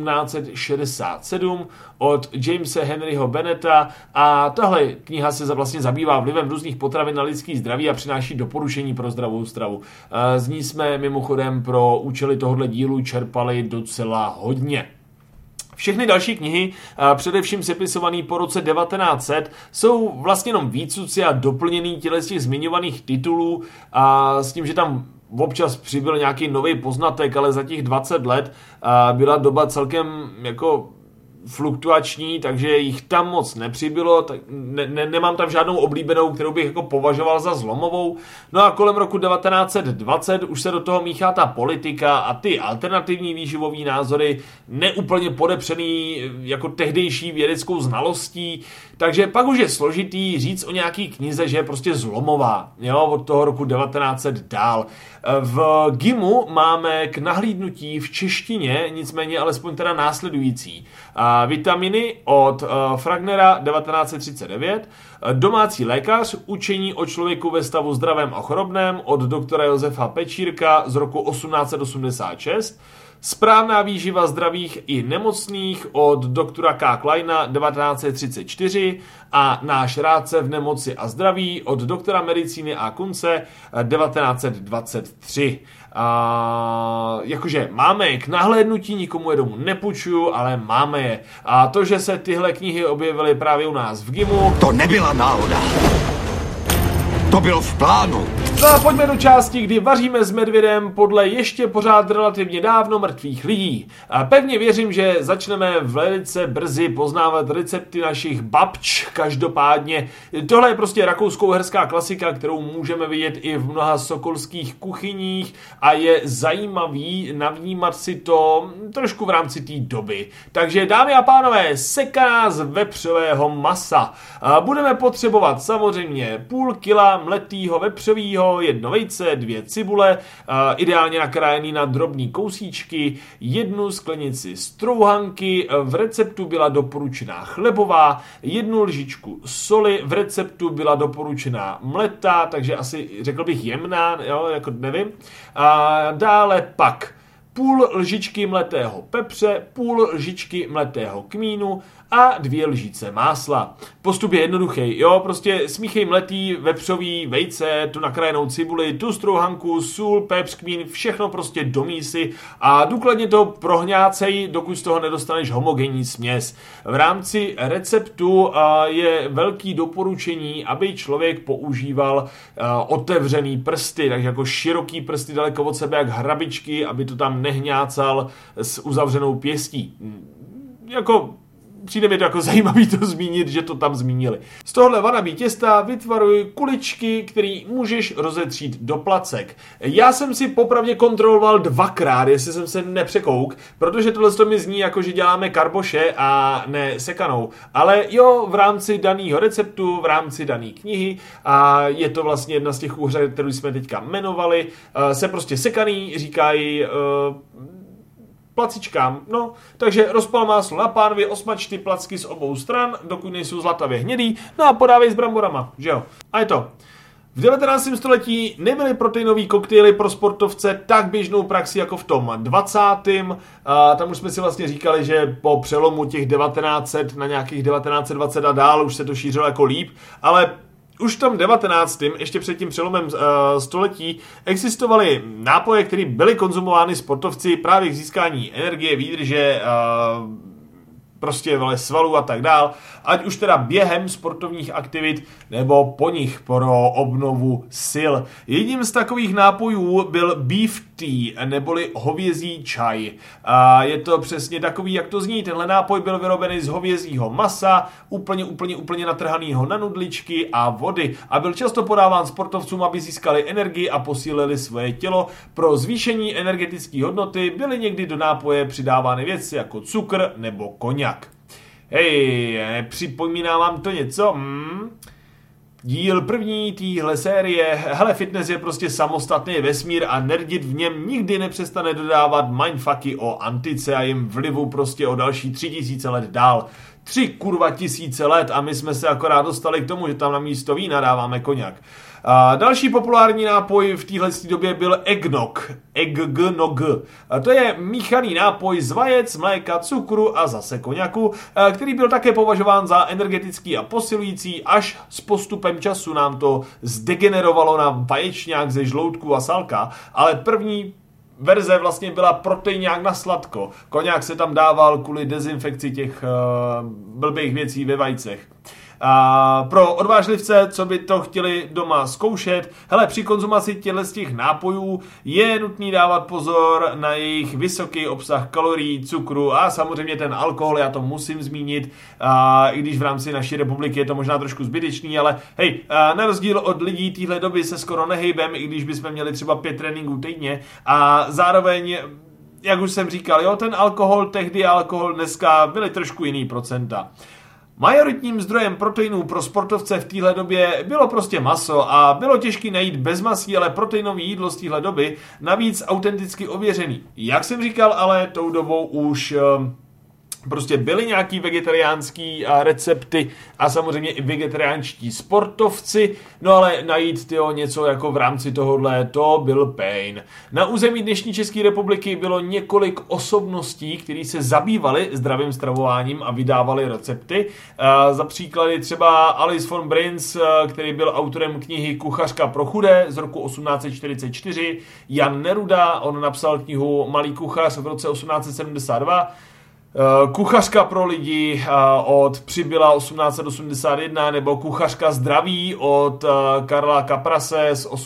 1867 od Jamese Henryho Bennetta a tahle kniha se vlastně zabývá vlivem různých potravin na lidský zdraví a přináší doporučení pro zdravou stravu. Z ní jsme mimochodem pro účely tohohle dílu čerpali docela hodně. Všechny další knihy, především sepisované po roce 1900, jsou vlastně jenom výcuci a doplněný z těch zmiňovaných titulů a s tím, že tam občas přibyl nějaký nový poznatek, ale za těch 20 let byla doba celkem jako fluktuační, takže jich tam moc nepřibylo, tak nemám tam žádnou oblíbenou, kterou bych jako považoval za zlomovou. No a kolem roku 1920 už se do toho míchá ta politika a ty alternativní výživové názory, neúplně podepřený jako tehdejší vědeckou znalostí, takže pak už je složitý říct o nějaký knize, že je prostě zlomová, jo, od toho roku 1900 dál. V GIMu máme k nahlídnutí v češtině, nicméně alespoň teda následující. Vitaminy od Fragnera 1939, Domácí lékař, učení o člověku ve stavu zdravém a chorobném od doktora Josefa Pečírka z roku 1886, Správná výživa zdravých i nemocných od doktora K. Kleina 1934 a Náš rádce v nemoci a zdraví od doktora medicíny A. Kunce 1923. Jakože máme je k nahlédnutí, nikomu je domů nepůjčuju, ale máme je. A to, že se tyhle knihy objevily právě u nás v GIMu... To nebyla náhoda. To bylo v plánu. No a pojďme do části, kdy vaříme s medvědem podle ještě pořád relativně dávno mrtvých lidí. A pevně věřím, že začneme velice brzy poznávat recepty našich babč. Každopádně tohle je prostě rakousko-uherská klasika, kterou můžeme vidět i v mnoha sokolských kuchyních a je zajímavý navnímat si to trošku v rámci té doby. Takže dámy a pánové, sekaná z vepřového masa. Budeme potřebovat samozřejmě půl kila mletýho vepřovýho, 1 vejce, 2 cibule, ideálně nakrájený na drobný kousíčky, 1 sklenici strouhanky, v receptu byla doporučená chlebová, 1 lžičku soli, v receptu byla doporučená mletá, takže asi řekl bych jemná, jo, jako nevím. A dále pak půl lžičky mletého pepře, půl lžičky mletého kmínu a 2 lžíce másla. Postup je jednoduchý, jo, prostě smíchej mletý, vepřový, vejce, tu nakrájenou cibuli, tu strouhanku, sůl, pepř, kmín, všechno prostě do mísy a důkladně to prohňácej, dokud z toho nedostaneš homogenní směs. V rámci receptu je velký doporučení, aby člověk používal otevřený prsty, takže jako široký prsty daleko od sebe jak hrabičky, aby to tam nehňácal s uzavřenou pěstí. Jako přijde mi to jako zajímavý to zmínit, že to tam zmínili. Z tohohle vanabí těsta vytvaruj kuličky, který můžeš rozetřít do placek. Já jsem si popravdě kontroloval 2krát, jestli jsem se nepřekouk, protože tohle to mi zní jako, že děláme karboše a ne sekanou. Ale jo, v rámci daného receptu, v rámci dané knihy, a je to vlastně jedna z těch úhřad, kterou jsme teďka jmenovali, se prostě sekaný říkají placičkám, no, takže rozpal máslo na pánvi, osmač ty placky z obou stran, dokud nejsou zlatavě hnědý, no a podávej s bramborama, že jo. A je to. V 19. století nebyly proteinové koktejly pro sportovce tak běžnou praxi jako v tom 20. Tam už jsme si vlastně říkali, že po přelomu těch 1900 na nějakých 1920 a dál už se to šířilo jako líp, ale už v tom 19. ještě před tím přelomem století existovaly nápoje, které byly konzumovány sportovci právě k získání energie, výdrže, prostě svalů a tak dál, ať už teda během sportovních aktivit nebo po nich pro obnovu sil. Jedním z takových nápojů byl beef tea, neboli hovězí čaj. A je to přesně takový, jak to zní. Tenhle nápoj byl vyrobený z hovězího masa, úplně natrhanýho na nudličky a vody a byl často podáván sportovcům, aby získali energii a posílili svoje tělo. Pro zvýšení energetické hodnoty byly někdy do nápoje přidávány věci jako cukr nebo koňak. Hej, připomíná vám to něco? Díl první téhle série. Hele, fitness je prostě samostatný vesmír a nerdit v něm nikdy nepřestane dodávat mindfucky o antice a jim vlivu prostě o další 3000 let dál. 3000 let a my jsme se akorát dostali k tomu, že tam na místo vína dáváme koňak. Další populární nápoj v téhle době byl eggnog. Eggnog. To je míchaný nápoj z vajec, mléka, cukru a zase koňaku, který byl také považován za energetický a posilující, až s postupem času nám to zdegenerovalo na vaječňák ze žloutku a salka, ale první verze vlastně byla proteinňák na sladko. Koňák se tam dával kvůli dezinfekci těch blbých věcí ve vajcech. A pro odvážlivce, co by to chtěli doma zkoušet, hele, při konzumaci těch nápojů je nutný dávat pozor na jejich vysoký obsah kalorií, cukru a samozřejmě ten alkohol, já to musím zmínit, i když v rámci naší republiky je to možná trošku zbytečný, ale hej, na rozdíl od lidí téhle doby se skoro nehejbem, i když bychom měli třeba 5 tréninků týdně a zároveň, jak už jsem říkal, jo, ten alkohol tehdy a alkohol dneska byly trošku jiný procenta. Majoritním zdrojem proteinů pro sportovce v téhle době bylo prostě maso a bylo těžké najít bez masí, ale proteinové jídlo z téhle doby, navíc autenticky ověřený. Jak jsem říkal, ale tou dobou už prostě byly nějaký vegetariánský recepty a samozřejmě i vegetariánští sportovci, no ale najít něco jako v rámci tohohle, to byl pain. Na území dnešní České republiky bylo několik osobností, kteří se zabývali zdravým stravováním a vydávali recepty. Za příklady třeba Alice von Brins, který byl autorem knihy Kuchařka pro chudé z roku 1844, Jan Neruda, on napsal knihu Malý kuchař v roce 1872, Kuchařka pro lidi od Přibyla 1881 nebo Kuchařka zdraví od Karla Kaprase z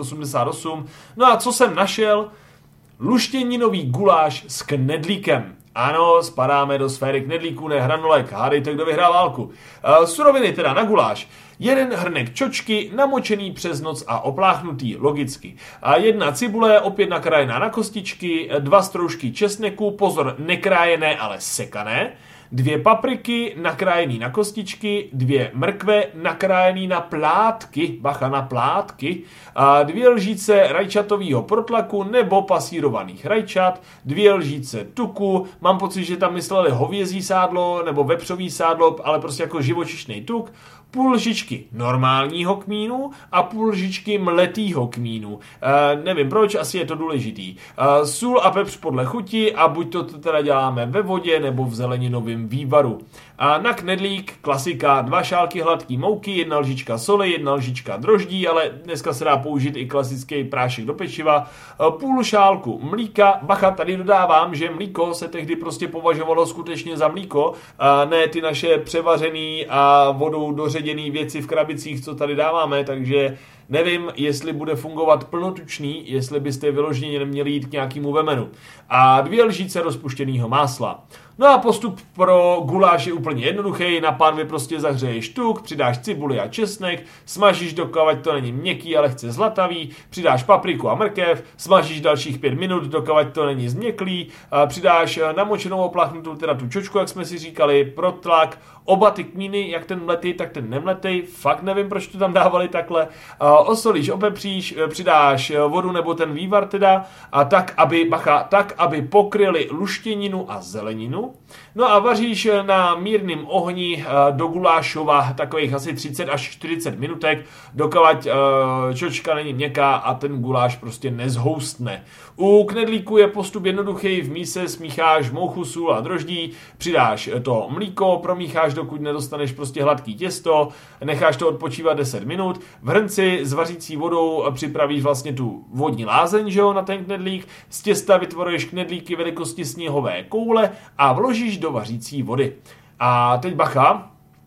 1888. No a co jsem našel? Luštěninový guláš s knedlíkem. Ano, spadáme do sféry knedlíků, ne hranolek. Hádejte, kdo vyhrál válku. Suroviny teda na guláš. 1 hrnek čočky, namočený přes noc a opláchnutý, logicky. 1 cibule, opět nakrájená na kostičky, 2 stroužky česneku, pozor, nekrájené, ale sekané. 2 papriky, nakrájený na kostičky, 2 mrkve, nakrájený na plátky, bacha na plátky, 2 lžíce rajčatového protlaku nebo pasírovaných rajčat, 2 lžíce tuku, mám pocit, že tam mysleli hovězí sádlo nebo vepřový sádlo, ale prostě jako živočišný tuk, půl lžičky normálního kmínu a půl lžičky mletýho kmínu. Nevím proč, asi je to důležitý. Sůl a pepř podle chuti a buď to teda děláme ve vodě nebo v zeleninovém vývaru. Na knedlík klasika 2 šálky hladký mouky, 1 lžička soli, 1 lžička droždí, ale dneska se dá použít i klasický prášek do pečiva, půl šálku mlíka. Bacha, tady dodávám, že mlíko se tehdy prostě považovalo skutečně za mlíko, ne ty naše převařený a vodou doředěný věci v krabicích, co tady dáváme, takže nevím, jestli bude fungovat plnotučný, jestli byste vyloženě neměli jít k nějakému vemenu. A 2 lžíce rozpuštěného másla. No a postup pro guláš je úplně jednoduchý. Na pánvi prostě zahřeješ tuk, přidáš cibuli a česnek, smažíš dokud to není měkký a lehce zlatavý, přidáš papriku a mrkev, smažíš dalších 5 minut, dokud to není změklý, přidáš namočenou opláchnutou, teda tu čočku, jak jsme si říkali, protlak, oba ty kmíny, jak ten mletej, tak ten nemletej, fakt nevím, proč to tam dávali takhle, osolíš, opepříš, přidáš vodu nebo ten vývar teda, a tak, aby pokryli luštěninu a zeleninu. No a vaříš na mírném ohni do gulášova takových asi 30 až 40 minutek, dokud čočka není měkká a ten guláš prostě nezhoustne. U knedlíku je postup jednoduchý, v míse smícháš mouchu, sůl a droždí, přidáš to mlíko, promícháš, dokud nedostaneš prostě hladký těsto, necháš to odpočívat 10 minut, v hrnci s vařící vodou připravíš vlastně tu vodní lázeň, že jo, na ten knedlík, z těsta vytvoruješ knedlíky velikosti sněhové koule a vložíš do vařící vody. A teď bacha,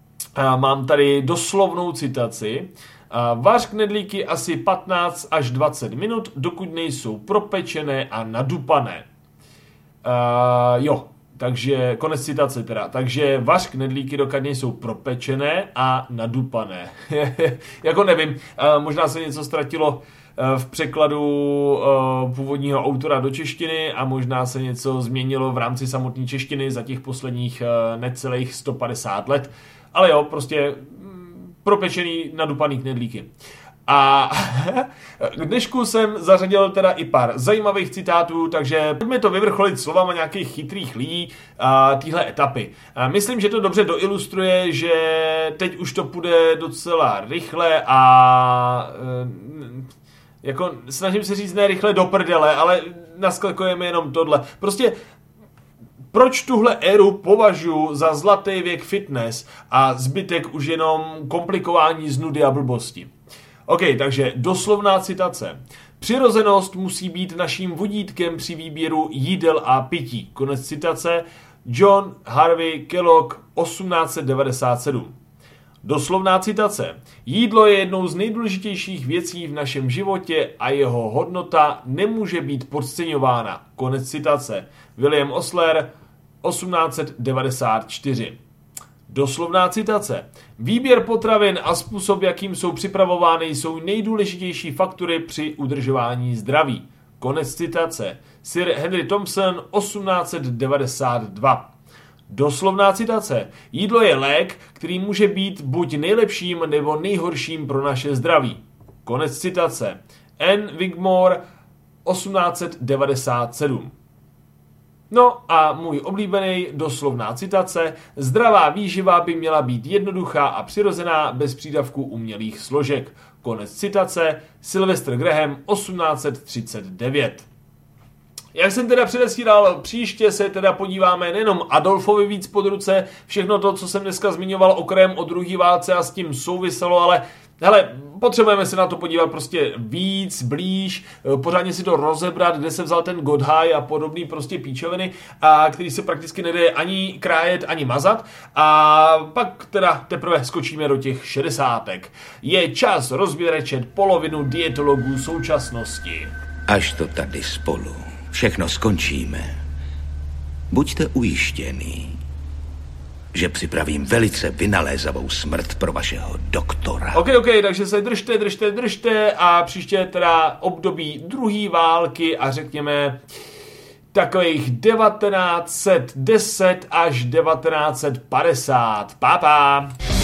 mám tady doslovnou citaci. Vař knedlíky asi 15 až 20 minut, dokud nejsou propečené a nadupané. Takže konec citace teda. Takže vař knedlíky, dokud nejsou propečené a nadupané. Jako nevím, možná se něco ztratilo v překladu původního autora do češtiny a možná se něco změnilo v rámci samotné češtiny za těch posledních necelých 150 let. Ale jo, prostě propečený, nadupaný knedlíky. A k dnešku jsem zařadil teda i pár zajímavých citátů, takže pojďme to vyvrcholit slovama nějakých chytrých lidí téhle etapy. Myslím, že to dobře doilustruje, že teď už to půjde docela rychle a jako snažím se říct ne rychle do prdele, ale naskakujeme jenom tohle. Prostě proč tuhle éru považuji za zlatý věk fitness a zbytek už jenom komplikování z nudy a blbosti? OK, takže doslovná citace. Přirozenost musí být naším vodítkem při výběru jídel a pití. Konec citace. John Harvey Kellogg, 1897. Doslovná citace. Jídlo je jednou z nejdůležitějších věcí v našem životě a jeho hodnota nemůže být podceňována. Konec citace. William Osler, 1894. Doslovná citace. Výběr potravin a způsob, jakým jsou připravovány, jsou nejdůležitější faktory při udržování zdraví. Konec citace. Sir Henry Thompson, 1892. Doslovná citace. Jídlo je lék, který může být buď nejlepším nebo nejhorším pro naše zdraví. Konec citace. N. Wigmore, 1897. No a můj oblíbený doslovná citace. Zdravá výživa by měla být jednoduchá a přirozená bez přídavků umělých složek. Konec citace. Sylvester Graham, 1839. Jak jsem teda předestíral, příště se teda podíváme nejenom Adolfovi víc pod ruce, všechno to, co jsem dneska zmiňoval okrajem o druhé válce a s tím souviselo, ale hele, potřebujeme se na to podívat prostě víc, blíž, pořádně si to rozebrat, kde se vzal ten Godhaj a podobný prostě píčoviny, a který se prakticky nedá ani krájet, ani mazat, a pak teda teprve skočíme do těch 60. Je čas rozběrečet polovinu dietologů současnosti. Až to tady spolu všechno skončíme, buďte ujištěný, že připravím velice vynalézavou smrt pro vašeho doktora. OK, takže se držte a příště teda období druhé války a řekněme takových 1910 až 1950. Pa.